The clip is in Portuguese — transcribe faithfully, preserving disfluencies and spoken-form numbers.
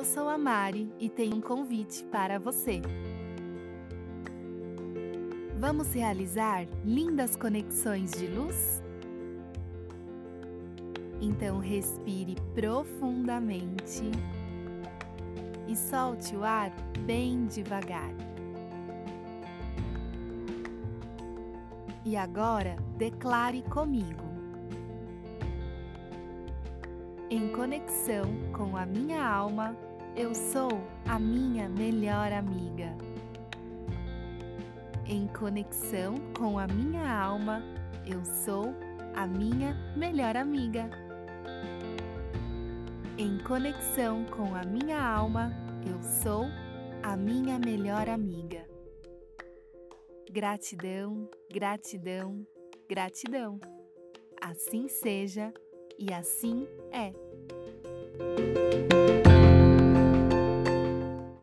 sou a Mari e tenho um convite para você. Vamos realizar lindas conexões de luz? Então respire profundamente e solte o ar bem devagar. E agora declare comigo: em conexão com a minha alma, eu sou a minha melhor amiga. Em conexão com a minha alma, eu sou a minha melhor amiga. Em conexão com a minha alma, eu sou a minha melhor amiga. Gratidão, gratidão, gratidão. Assim seja e assim é.